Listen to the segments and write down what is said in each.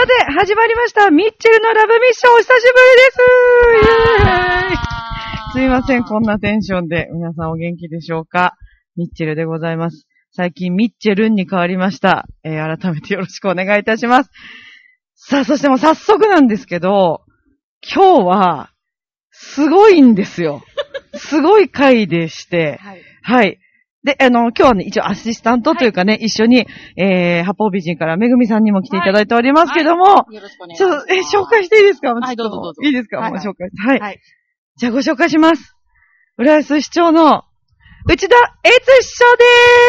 で、始まりました。ミッチェルのラブミッション、お久しぶりです。イエーイ。すいません、こんなテンションで。皆さんお元気でしょうか？ミッチェルでございます。最近、ミッチェルンに変わりました。改めてよろしくお願いいたします。さあ、そしてもう早速なんですけど、今日は、すごいんですよ。すごい回でして、はい。はい。で、今日はね、一応アシスタントというかね、はい、一緒に、八方美人からめぐみさんにも来ていただいておりますけども、はい、よろしくお願いします。紹介していいですか？はい、どうぞどうぞ。いいですか？はい、もう紹介。はい。はい。じゃあご紹介します。浦安市長の内田悦市長です。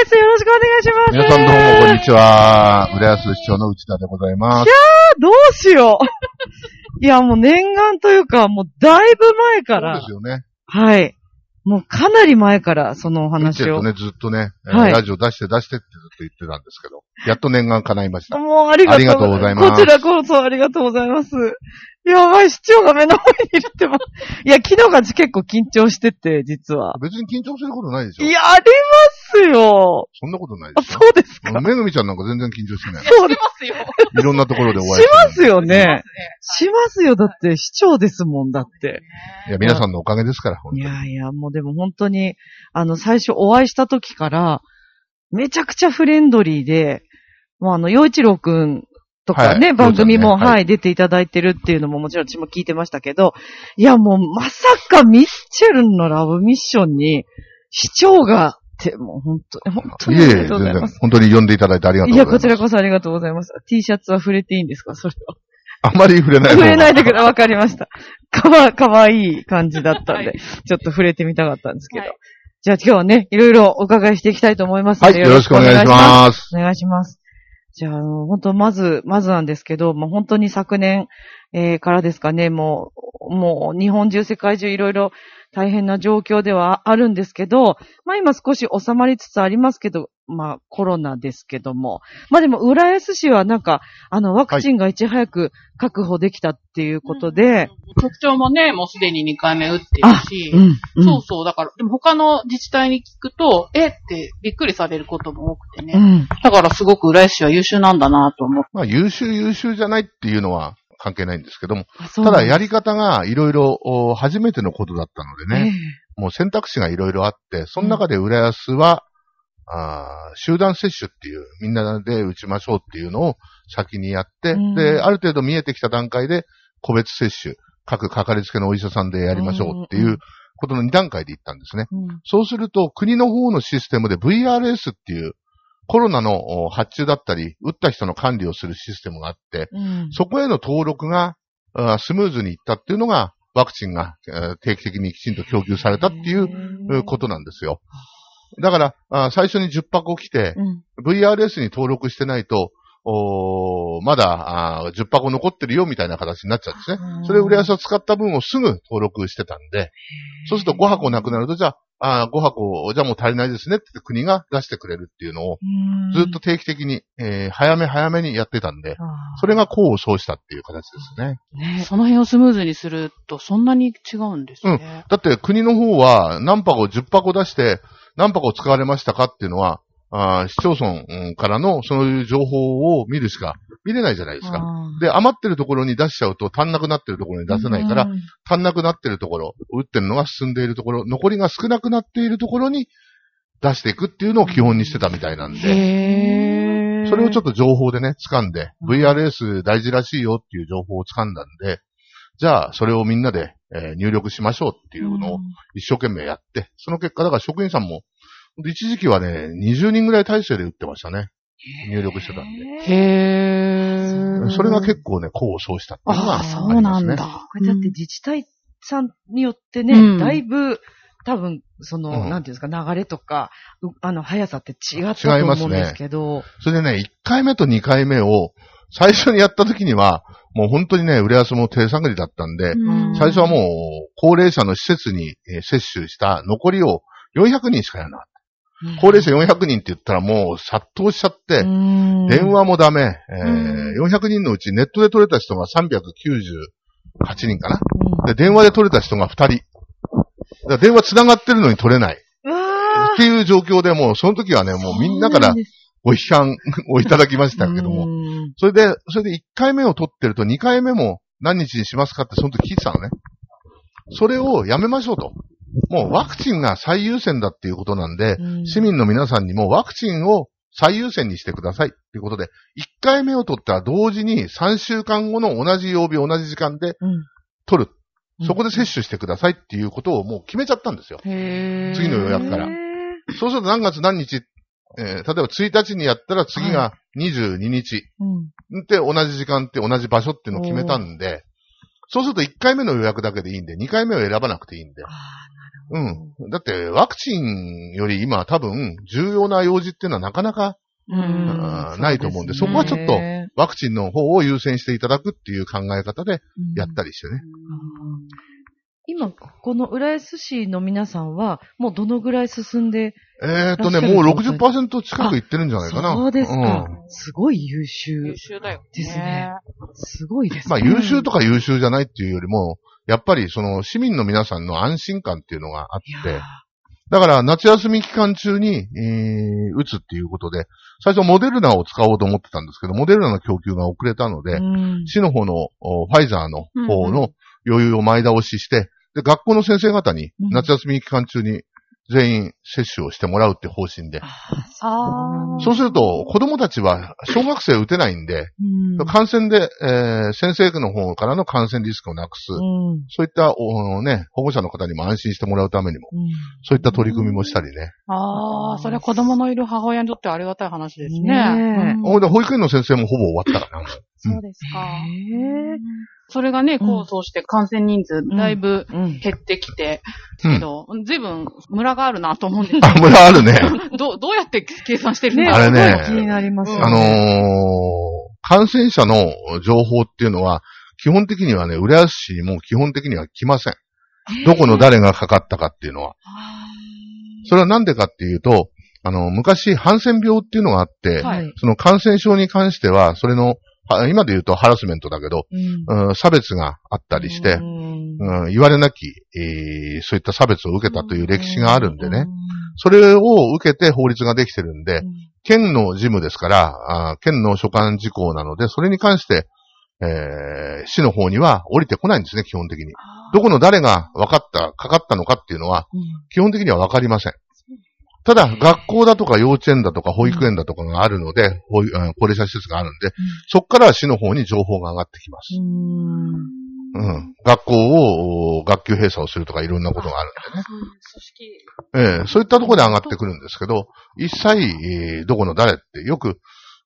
よろしくお願いします。 皆さんどうもこんにちは。浦安市長の内田でございます。 いやー、どうしよう。いや、もう念願というか、もうだいぶ前から。 そうですよね。 はい。もうかなり前からそのお話を。 ね、ずっとね、はい、ラジオ出してってずっと言ってたんですけど、やっと念願叶いました。 もうありがとうございます。こちらこそありがとうございます。やばい、市長が目の前にいるっても。いや、昨日が結構緊張してて、実は。 別に緊張することないでしょ。 いや、ありますよ。 そんなことないでしょ。 そうですか。 めぐみちゃんなんか全然緊張してない。 そうですよ。 いろんなところでお会いしますよね。しますよ。だって、市長ですもんだって。 いや、皆さんのおかげですから、 本当に。いやいや、もうでも本当に、最初お会いした時から、めちゃくちゃフレンドリーで、もう陽一郎くんとかね、はい、番組も、はい、出ていただいてるっていうのももちろん私も聞いてましたけど、いやもうまさかミッチェルのラブミッションに市長がってもう本当にありがとうございます。 本当に呼んでいただいてありがとうございます。 いや、こちらこそありがとうございます。T シャツは触れていいんですか？それは。 あまり触れない。 触れないでください。わかりました。かわいい感じだったんで、はい、ちょっと触れてみたかったんですけど。はい、じゃあ今日はね、いろいろお伺いしていきたいと思いますので、 はい、よろしくお願いします。 お願いします。じゃあ、本当まずなんですけど、もう本当に昨年、からですかね、もう日本中、世界中いろいろ大変な状況ではあるんですけど、まあ今少し収まりつつありますけど、まあコロナですけども、まあでも浦安市はなんか、ワクチンがいち早く確保できたっていうことで、 局長もね、もうすでに2回目打ってるし、そうそう、だから、でも他の自治体に聞くと、ってびっくりされることも多くてね、だからすごく浦安市は優秀なんだなと思って。 まあ優秀じゃないっていうのは、関係ないんですけども、ただやり方がいろいろ初めてのことだったのでね、もう選択肢がいろいろあって、その中で浦安は、集団接種っていう、みんなで打ちましょうっていうのを先にやって、で、ある程度見えてきた段階で個別接種、各かかりつけのお医者さんでやりましょうっていうことの2段階で行ったんですね。そうすると国の方のシステムで VRS っていう、コロナの発注だったり、打った人の管理をするシステムがあって、そこへの登録がスムーズにいったっていうのが、ワクチンが定期的にきちんと供給されたっていうことなんですよ。だから、最初に10箱来て、VRS に登録してないと、まだ10箱残ってるよみたいな形になっちゃうんですね。それを浦安は使った分をすぐ登録してたんで、そうすると5箱なくなると、じゃあ、5箱、じゃあもう足りないですねって国が出してくれるっていうのを、ずっと定期的に、早めにやってたんで、それが功を奏したっていう形ですね。 その辺をスムーズにすると、そんなに違うんですね。 だって国の方は何箱、10箱出して、何箱使われましたかっていうのは、市町村からのそういう情報を見るしか見れないじゃないですか。で、余ってるところに出しちゃうと足んなくなってるところに出せないから、足んなくなってるところ、打ってるのが進んでいるところ、残りが少なくなっているところに出していくっていうのを基本にしてたみたいなんで、それをちょっと情報でね、掴んで、VRS 大事らしいよっていう情報を掴んだんで、じゃあそれをみんなで入力しましょうっていうのを一生懸命やって、その結果だから職員さんも一時期はね、20人ぐらい体制で打ってましたね。入力してたんで。それが結構ね、功を奏したっていうのがありますね。 そうなんだ。これだって自治体さんによってね、だいぶ、多分、なんていうんですか、流れとか、速さって違ったと思うんですけど。違いますね。 それでね、1回目と2回目を、最初にやった時には、もう本当にね、浦安も手探りだったんで、最初はもう、高齢者の施設に接種した残りを400人しかやらなかった。高齢者400人って言ったらもう殺到しちゃって、電話もダメ、400人のうちネットで取れた人が398人かな。で、電話で取れた人が2人。だから電話繋がってるのに取れない。っていう状況でもう、その時はね、もうみんなからご批判をいただきましたけども、それで1回目を取ってると2回目も何日にしますかってその時聞いてたのね。それをやめましょうと。もうワクチンが最優先だっていうことなんで、市民の皆さんにもワクチンを最優先にしてくださいっていうことで、1回目を取ったら同時に3週間後の同じ曜日同じ時間で取る。そこで接種してくださいっていうことをもう決めちゃったんですよ。次の予約から。そうすると何月何日、例えば1日にやったら次が22日。で、同じ時間って同じ場所っていうのを決めたんで、そうすると1回目の予約だけでいいんで、2回目を選ばなくていいんで。だってワクチンより今多分重要な用事っていうのはなかなかないと思うんで、そこはちょっとワクチンの方を優先していただくっていう考え方でやったりしてね。 今、この浦安市の皆さんは、もうどのぐらい進んでもう 60% 近くいってるんじゃないかな。 そうですか。すごい優秀。 優秀だよ。 ですね。すごいですね。 まあ優秀とか優秀じゃないっていうよりも、やっぱりその市民の皆さんの安心感っていうのがあって、だから夏休み期間中に、打つっていうことで、最初モデルナを使おうと思ってたんですけど、モデルナの供給が遅れたので、市の方のファイザーの方の余裕を前倒しして、で、学校の先生方に夏休み期間中に全員接種をしてもらうって方針で。そうすると、子供たちは小学生打てないんで、感染で、先生の方からの感染リスクをなくす。そういった保護者の方にも安心してもらうためにも、そういった取り組みもしたりね。 それは子供のいる母親にとってはありがたい話ですね。 保育園の先生もほぼ終わったかな。 そうですか。それがね、構想して感染人数だいぶ減ってきて、けど、随分ムラがあるなと思うんですけど。 ムラあるね。 どうやって計算してるんだろう。あれね、 気になります感染者の情報っていうのは、基本的にはね、浦安市にも基本的には来ません。どこの誰がかかったかっていうのは。それはなんでかっていうと、昔、ハンセン病っていうのがあって、その感染症に関しては、それの今で言うとハラスメントだけど、差別があったりして、言われなき、そういった差別を受けたという歴史があるんでね、それを受けて法律ができてるんで、県の事務ですから、県の所管事項なので、それに関して、市の方には降りてこないんですね、基本的に。どこの誰がかかったのかっていうのは、基本的にはわかりません。ただ、学校だとか幼稚園だとか保育園だとかがあるので、高齢者施設があるんで、そこから市の方に情報が上がってきます。学校を学級閉鎖をするとかいろんなことがあるんでね。そういったところで上がってくるんですけど、一切、どこの誰ってよく、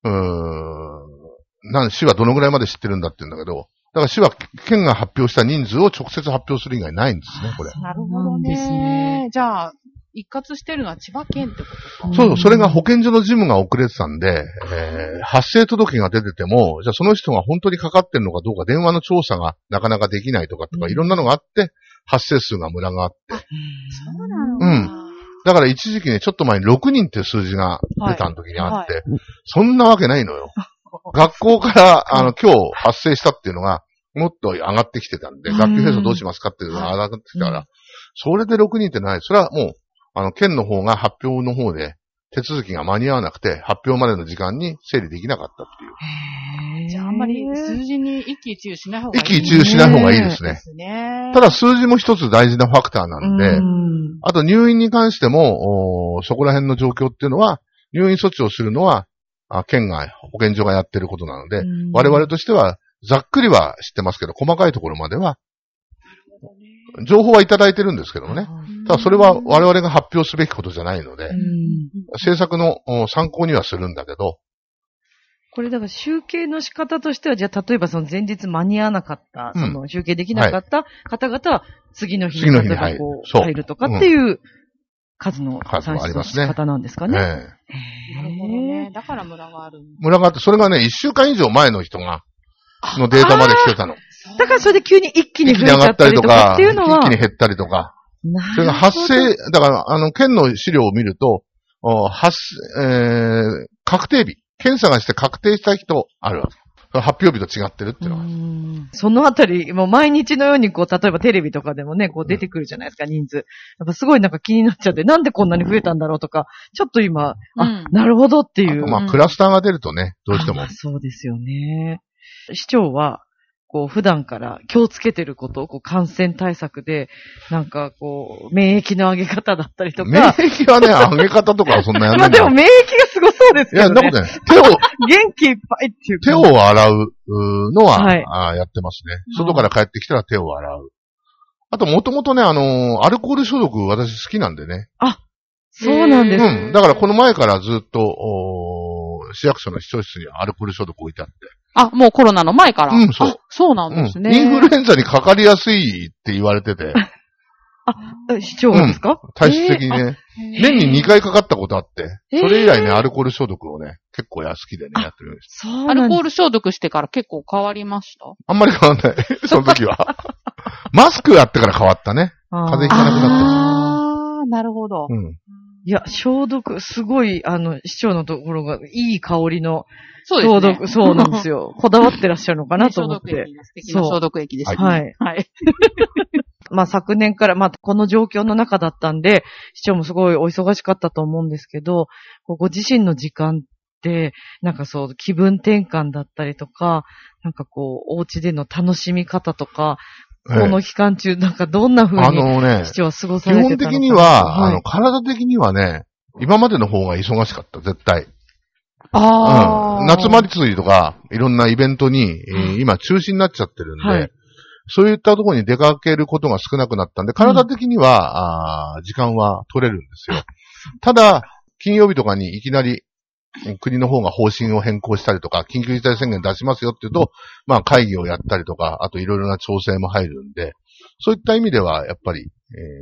市はどのぐらいまで知ってるんだって言うんだけど、だから市は県が発表した人数を直接発表する以外ないんですね、これ。 なるほどね。じゃあ、一括してるのは千葉県ってことか。 そう、それが保健所の事務が遅れてたんで、発生届が出てても、じゃあその人が本当にかかってるのかどうか電話の調査がなかなかできないとかいろんなのがあって、発生数がムラがあって。 そうなのだから一時期ね、ちょっと前に6人っていう数字が出た時にあって、そんなわけないのよ。学校から今日発生したっていうのが、もっと上がってきてたんで、学級閉鎖どうしますかっていうのが上がってきたから、それで6人ってない。それはもう、県の方が発表の方で手続きが間に合わなくて、発表までの時間に整理できなかったっていう。 じゃああんまり数字に一喜一憂しない方がいい。 一喜一憂しない方がいいですね。ただ数字も一つ大事なファクターなんで、あと入院に関しても、そこら辺の状況っていうのは、入院措置をするのは、県が、保健所がやってることなので、我々としては、ざっくりは知ってますけど、細かいところまでは、情報はいただいてるんですけどもね。ただそれは我々が発表すべきことじゃないので、政策の参考にはするんだけど。 これだから集計の仕方としては、じゃあ例えばその前日間に合わなかった、その集計できなかった方々は次の日に例えばこう入るとかっていう数の算出の仕方なんですかね。 なるほどね。だからムラがある。 ムラがあって、それがね、1週間以上前の人が、のデータまで来てたの。 だからそれで急に一気に増えちゃったりとかっていうのは。 一気に減ったりとか。それが発生、だから、県の資料を見ると、確定日。検査がして確定した人あるわけ。 発表日と違ってるっていうのは。 そのあたり、もう毎日のようにこう、例えばテレビとかでもね、こう出てくるじゃないですか、人数。やっぱすごいなんか気になっちゃって、なんでこんなに増えたんだろうとか、ちょっと今、なるほどっていう。 まあ、クラスターが出るとね、どうしても。 そうですよね。市長は、こう、普段から気をつけてること、こう、感染対策で、なんか、こう、免疫の上げ方だったりとか。 免疫はね、上げ方とかはそんなやんない。 まあでも免疫がすごそうですけどね。 いや、なんかね、元気いっぱいっていうか。 手を洗うのは、やってますね。外から帰ってきたら手を洗う。あと、もともとね、アルコール消毒私好きなんでね。 あ、そうなんですね。だからこの前からずっと、市役所の市長室にアルコール消毒置いてあって。 あ、もうコロナの前から。 そう。 そうなんですね。 インフルエンザにかかりやすいって言われてて。 市長がですか？ 体質的にね。年に2回かかったことあって、それ以来ね、アルコール消毒をね、結構好きでね、やってるんです。 アルコール消毒してから結構変わりました？ あんまり変わんない。その時は。マスクやってから変わったね。風邪ひかなくなった。 なるほど。 いや、消毒、すごい、市長のところがいい香りの消毒、 そうなんですよ。こだわってらっしゃるのかなと思って。 素敵な消毒液ですね。 はい。はい。まあ昨年から、まあこの状況の中だったんで、市長もすごいお忙しかったと思うんですけど、ご自身の時間って、なんかそう、気分転換だったりとか、なんかこう、お家での楽しみ方とか、この期間中、なんかどんな風に市長は過ごされてたのか、基本的には、体的にはね、今までの方が忙しかった、絶対。夏祭りとか、いろんなイベントに、今中止になっちゃってるんで、そういったところに出かけることが少なくなったんで、体的には、時間は取れるんですよ。ただ、金曜日とかにいきなり、国の方が方針を変更したりとか、緊急事態宣言出しますよって言うと、まあ会議をやったりとか、あといろいろな調整も入るんで、そういった意味では、やっぱり、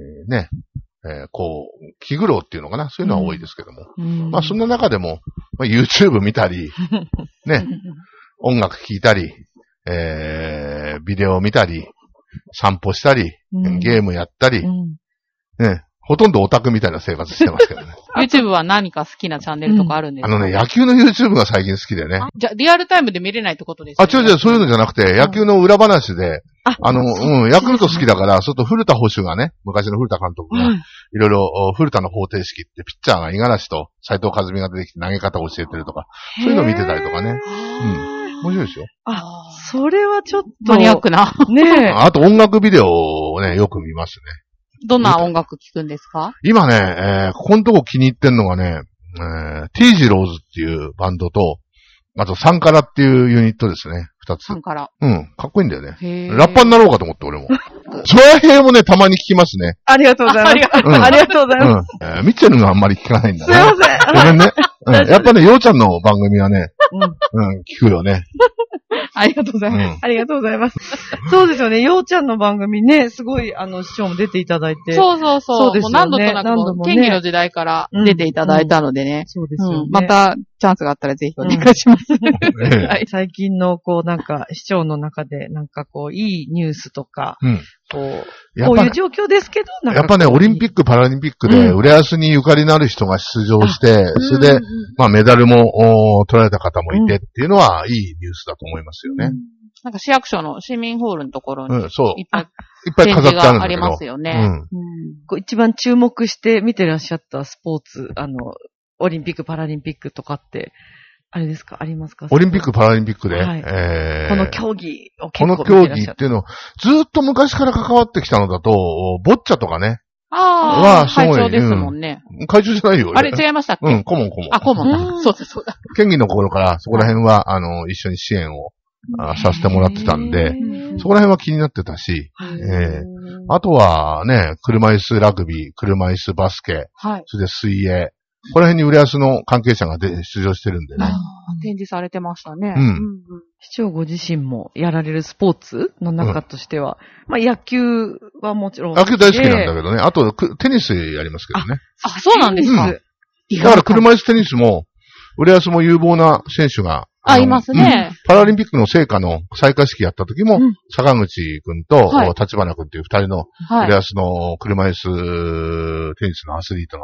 こう、気苦労っていうのかな、そういうのは多いですけども。まあそんな中でも、まあ、YouTube 見たり、ね、音楽聴いたり、ビデオ見たり、散歩したり、ゲームやったり、ね、ほとんどオタクみたいな生活してますけどね。 YouTube は何か好きなチャンネルとかあるんですか？ 野球の YouTube が最近好きでね。 じゃあ、リアルタイムで見れないってことですか？ 違う、そういうのじゃなくて、野球の裏話で、ヤクルト好きだから、そうすると古田捕手がね、昔の古田監督が、いろいろ、古田の方程式ってピッチャーが五十嵐と斉藤和美が出てきて投げ方を教えてるとか、そういうのを見てたりとかね。面白いですよ。 それはちょっと。 マニアックな。 ねえ。 あと音楽ビデオをね、よく見ますね。 どんな音楽聴くんですか？ 今ね、ここのとこ気に入ってんのがね、T ジローズっていうバンドと、あとサンカラっていうユニットですね。二つ。 サンカラ。 かっこいいんだよね。ラッパーになろうかと思って俺も。チョアヘイもね、たまに聞きますね。 ありがとうございます。ありがとうございます。 ミッチェルがあんまり聞かないんだね。 すいません。 ごめんね。やっぱね、ようちゃんの番組はね、聞くよね。 ありがとうございます。 ありがとうございます。そうですよね。ようちゃんの番組ね、すごい、市長も出ていただいて。 そう。 そうですよね。 何度となく、県議の時代から出ていただいたのでね。 そうですよね。 また、チャンスがあったらぜひお願いします。 最近の、こう、なんか、市長の中で、なんかこう、いいニュースとか、こういう状況ですけど、 やっぱね、オリンピック、パラリンピックで、浦安にゆかりのある人が出場して、それで、まあメダルも取られた方もいてっていうのは、いいニュースだと思いますよね。 なんか市役所の市民ホールのところに、いっぱい飾ってあるんだけど。 ありますよね。 一番注目して見てらっしゃったスポーツ、オリンピック、パラリンピックとかって、あれですか？ありますか？ オリンピック、パラリンピックで、 この競技を結構この競技っていうのを、ずっと昔から関わってきたのだと、ボッチャとかね。 会長ですもんね。 会長じゃないよ。 あれ違いましたっけ？ 顧問。 顧問だ。そうだ。 県議の頃から、そこら辺は、一緒に支援をさせてもらってたんで、そこら辺は気になってたし、あとはね、車椅子ラグビー、車椅子バスケ、それで水泳、この辺に浦安の関係者が出場してるんでね。 展示されてましたね。 市長ご自身もやられるスポーツの中としては、まあ野球はもちろん。 野球大好きなんだけどね。あと、テニスやりますけどね。 そうなんですか。 だから車椅子テニスも、浦安も有望な選手が、 いますね。 パラリンピックの聖火の採火式やった時も、坂口くんと立花くんっていう二人の、浦安の車椅子テニスのアスリートの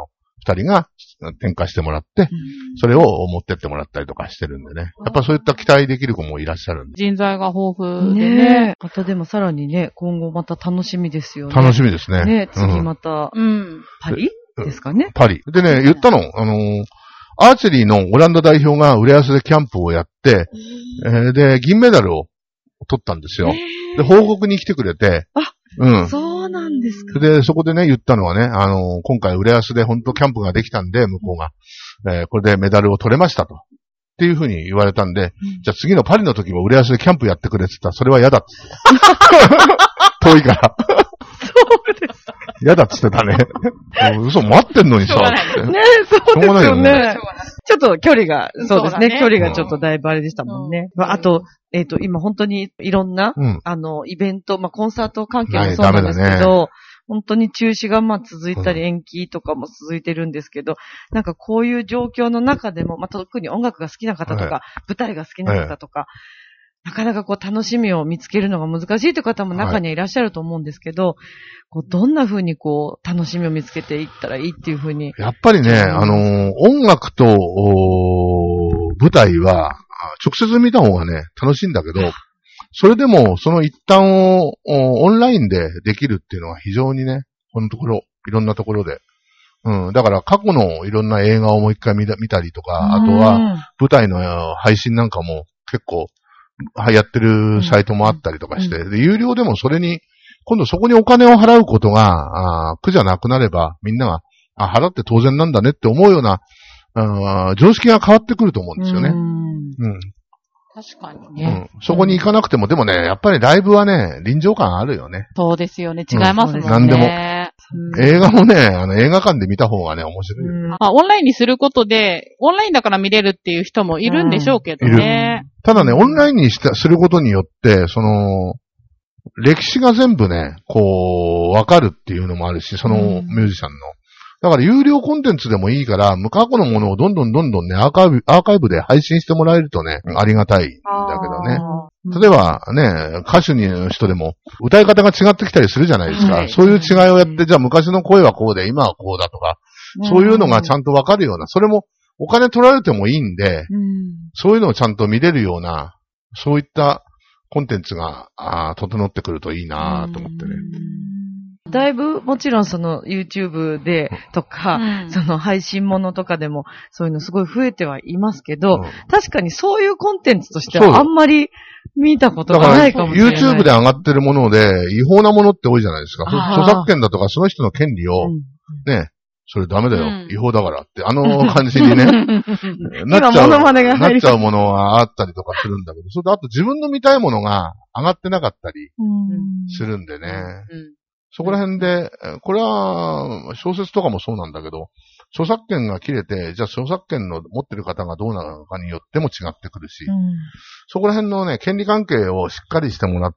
二人が展開してもらって、それを持ってってもらったりとかしてるんでね。やっぱそういった期待できる子もいらっしゃるんで。 人材が豊富でね。 またでもさらにね、今後また楽しみですよね。 楽しみですね。 ね、次また、パリですかね。 パリ。でね、言ったの、アーチェリーのオランダ代表が浦安でキャンプをやって、で、銀メダルを取ったんですよ。で、報告に来てくれて、 そうなんですか。 で、そこでね、言ったのはね、今回浦安で本当キャンプができたんで、向こうが、これでメダルを取れましたと。っていうふうに言われたんで、じゃあ次のパリの時も浦安でキャンプやってくれって言ったら、それは嫌だって。遠いから。 そうです。 嫌だって言ってたね。嘘待ってんのにさ。 ねそうですよね。ちょっと距離が、そうですね。距離がちょっとだいぶあれでしたもんね。あと、今本当にいろんな、イベント、コンサート関係もそうなんですけど、本当に中止が続いたり延期とかも続いてるんですけど、なんかこういう状況の中でも、特に音楽が好きな方とか、舞台が好きな方とか、なかなか楽しみを見つけるのが難しいという方も中にはいらっしゃると思うんですけど、どんな風に楽しみを見つけていったらいいっていう風に。 やっぱりね、音楽と、舞台は、直接見た方がね、楽しいんだけど、それでも、その一端をオンラインでできるっていうのは非常にね、このところ、いろんなところで。だから過去のいろんな映画をもう一回見たりとか、あとは舞台の配信なんかも結構やってるサイトもあったりとかして、で、有料でもそれに、今度そこにお金を払うことが、苦じゃなくなれば、みんなが、払って当然なんだねって思うような、常識が変わってくると思うんですよね。 確かにね。 そこに行かなくても、でもね、やっぱりライブはね、臨場感あるよね。 そうですよね。違いますもんね。 何でも。映画もね、映画館で見た方がね、面白い。 オンラインにすることで、オンラインだから見れるっていう人もいるんでしょうけどね。 ただね、オンラインにすることによって、歴史が全部ね、わかるっていうのもあるし、そのミュージシャンの。だから有料コンテンツでもいいから、過去のものをどんどんね、アーカイブで配信してもらえるとね、ありがたいんだけどね。例えばね、歌手の人でも歌い方が違ってきたりするじゃないですか。そういう違いをやって、じゃあ昔の声はこうで、今はこうだとか、そういうのがちゃんとわかるような、それもお金取られてもいいんで、そういうのをちゃんと見れるような、そういったコンテンツが整ってくるといいなと思ってね。 だいぶもちろんYouTube でとか、配信ものとかでもそういうのすごい増えてはいますけど、確かにそういうコンテンツとしてはあんまり見たことがないかもしれない。 だから YouTube で上がってるもので違法なものって多いじゃないですか。著作権だとかその人の権利を、ね、それダメだよ、違法だからって、感じにね、なっちゃうものがあったりとかするんだけど、それとあと自分の見たいものが上がってなかったりするんでね。そこら辺で、これは小説とかもそうなんだけど、著作権が切れて、じゃあ著作権の持ってる方がどうなのかによっても違ってくるし、そこら辺のね、権利関係をしっかりしてもらって、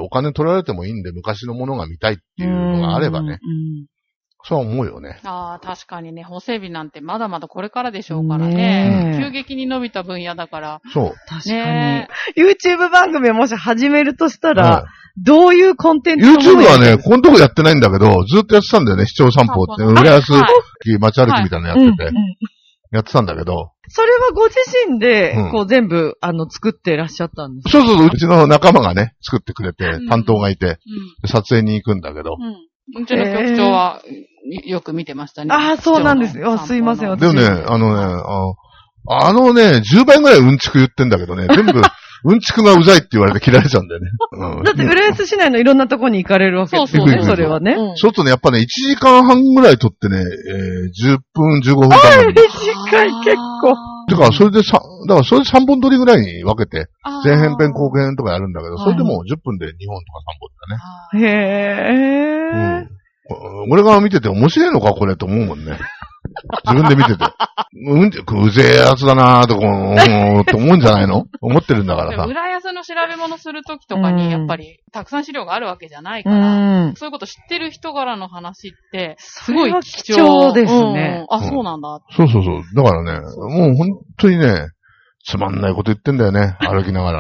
お金取られてもいいんで昔のものが見たいっていうのがあればね、そう思うよね。 確かにね、法整備なんてまだまだこれからでしょうからね。急激に伸びた分野だから。 そう。 確かに。YouTube 番組をもし始めるとしたら、どういうコンテンツ YouTube はね、このとこやってないんだけど、ずっとやってたんだよね、視聴散歩って。浦安街歩きみたいなのやってて。やってたんだけど。 それはご自身で、全部、作ってらっしゃったんですか？そう、うちの仲間がね、作ってくれて、担当がいて、撮影に行くんだけど。 うちの局長は、よく見てましたね。 そうなんですよ。すいません、 でもね、10倍ぐらいうんちく言ってんだけどね、全部、うんちくがうざいって言われて切られちゃうんだよね。 だって浦安市内のいろんなとこに行かれるわけですよね、それはね。 そうするとね、やっぱね、1時間半ぐらい撮ってね、10分、15分間短い、結構。 だからそれで3本撮りぐらいに分けて、前編編後編とかやるんだけど、それでも10分で2本とか3本だね。 へー。 俺が見てて面白いのかこれと思うもんね。自分で見てて。うぜえやつだなーとか、って思うんじゃないの？思ってるんだからさ。 浦安の調べ物するときとかに、やっぱり、たくさん資料があるわけじゃないから、そういうこと知ってる人柄の話って、すごい貴重ですね。 そうなんだ。 そう。だからね、もう本当にね、つまんないこと言ってんだよね、歩きながらね。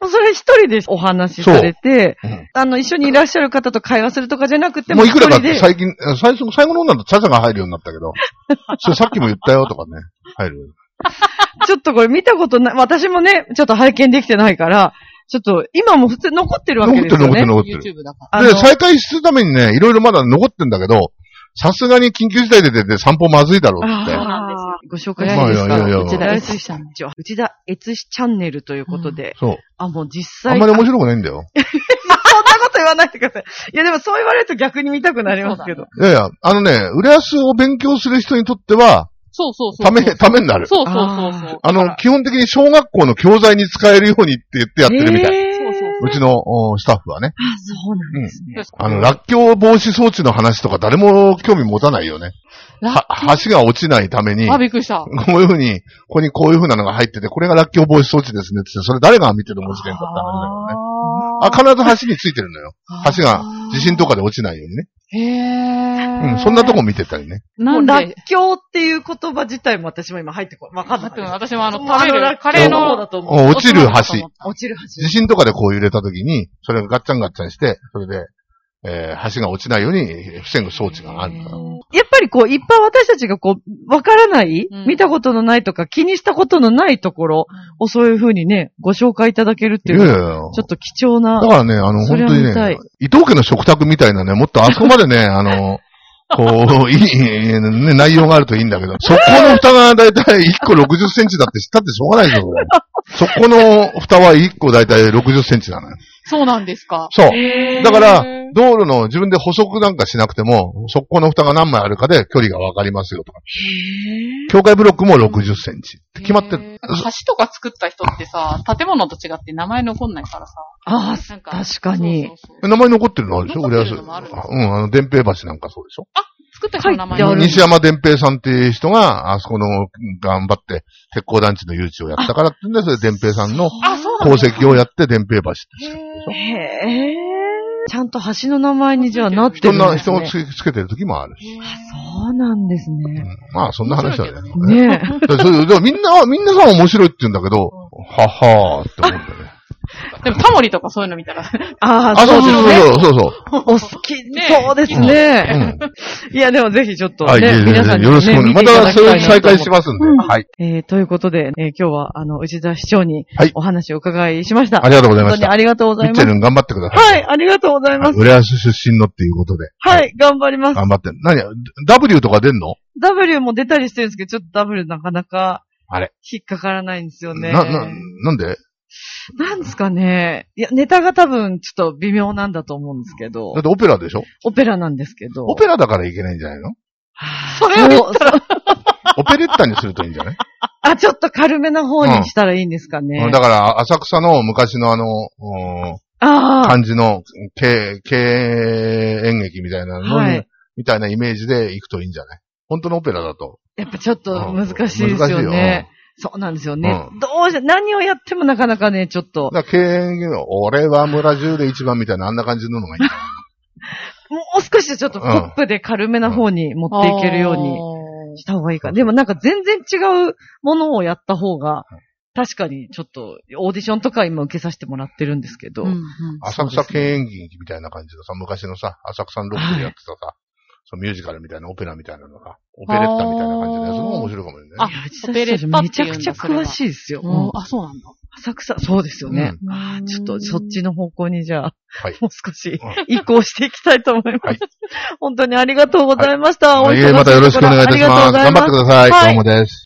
それ一人でお話しされて、一緒にいらっしゃる方と会話するとかじゃなくてもういくらかって最後の女だとチャチャが入るようになったけど、それさっきも言ったよとかね、入る。 ちょっとこれ見たことない、私もね、ちょっと拝見できてないから、ちょっと、今も普通残ってるわけですよね。 残ってる。YouTube だから。で、再開するためにね、いろいろまだ残ってんだけど、さすがに緊急事態で出て散歩まずいだろうって。 そうなんですよ。ご紹介していいですか？ 内田悦司さん。 内田悦司チャンネルということで。 そう。 もう実際。 あんまり面白くないんだよ。 そんなこと言わないでください。いやでもそう言われると逆に見たくなりますけど。 いやいや、浦安を勉強する人にとっては、 そう。 ためになる。 そう。 基本的に小学校の教材に使えるようにって言ってやってるみたい。うちのスタッフはね。 そうなんですね。 らっきょう防止装置の話とか誰も興味持たないよね。橋が落ちないために。 びっくりした。 こういう風に、ここにこういう風なのが入ってて、これがらっきょう防止装置ですねって、それ誰が見てる文字点だった話だからね。必ず橋についてるのよ。橋が地震とかで落ちないようにね。そんなとこ見てたりね。 なんでらっきょうっていう言葉自体も私も今入ってこない。わかんない。 私も食べるカレーの方だと思う。落ちる橋。 落ちる橋。 地震とかでこう揺れた時に、それがガッチャンガッチャンして、それで、橋が落ちないように防ぐ装置があるから。 やっぱり一般私たちがわからない、見たことのないとか気にしたことのないところをそういう風にね、ご紹介いただけるっていうのは、ちょっと貴重な。 だからね、本当にね、伊藤家の食卓みたいなね、もっとあそこまでね、内容があるといいんだけど、そこの蓋がだいたい1個60センチだって知ったってしょうがないでしょ、そこの蓋は1個だいたい60センチなのよ。 そうなんですか。 そう。だから、道路の自分で補足なんかしなくても、そこの蓋が何枚あるかで距離がわかりますよとか。境界ブロックも60センチ。決まってる。 橋とか作った人ってさ、建物と違って名前残んないからさ。 確かに。 名前残ってるのあるでしょ？浦安。伝平橋なんかそうでしょ？ 作った人の名前西山伝平さんっていう人が、あそこの頑張って鉄鋼団地の誘致をやったからってんで、それ伝平さんの功績をやって伝平橋って言うんでしょ？ ちゃんと橋の名前にじゃあなってるんですね。 人がつけてる時もあるし。 そうなんですね。 そんな話だよね。 ねえ。みんなさん面白いって言うんだけど、ははーって思うんだよね。 でもタモリとかそういうの見たら。 そう。 お好き、そうですね。いや、でもぜひちょっとね、皆さんによろしくお願いします。またそれ再開しますんで。はい。 ということで、今日は、内田市長にお話をお伺いしました。 ありがとうございました。 本当にありがとうございます。 ミッチェルン頑張ってください。 はい、ありがとうございます。 浦安出身のっていうことで。 はい、頑張ります。 頑張って。W とか出んの？ W も出たりしてるんですけど、ちょっと W なかなか、引っかからないんですよね。 なんで？ なんですかね。いや、ネタが多分ちょっと微妙なんだと思うんですけど。 だってオペラでしょ？ オペラなんですけど。 オペラだからいけないんじゃないの？ それを言ったらオペレッタにするといいんじゃない？ ちょっと軽めな方にしたらいいんですかね。 だから、浅草の昔の感じの、経演劇みたいなのに、みたいなイメージで行くといいんじゃない？本当のオペラだと。 やっぱちょっと難しいですよね。そうなんですよね。何をやってもなかなかね、ちょっと。 経演劇の、俺は村中で一番みたいな、あんな感じのがいいんじゃないもう少しちょっとポップで軽めな方に持っていけるようにした方がいいか。でもなんか全然違うものをやった方が、確かにちょっとオーディションとか今受けさせてもらってるんですけど。 浅草経演劇みたいな感じのさ、昔のさ、浅草のロックでやってたさ、ミュージカルみたいなオペラみたいなのが、オペレッタみたいな感じのやつも面白いかもしれないね。 オペレッタめちゃくちゃ詳しいですよ。 そうなんだ。 浅草、そうですよね。ちょっとそっちの方向にじゃあ、もう少し移行していきたいと思います。本当にありがとうございました。 またよろしくお願いいたします。頑張ってください。どうもです。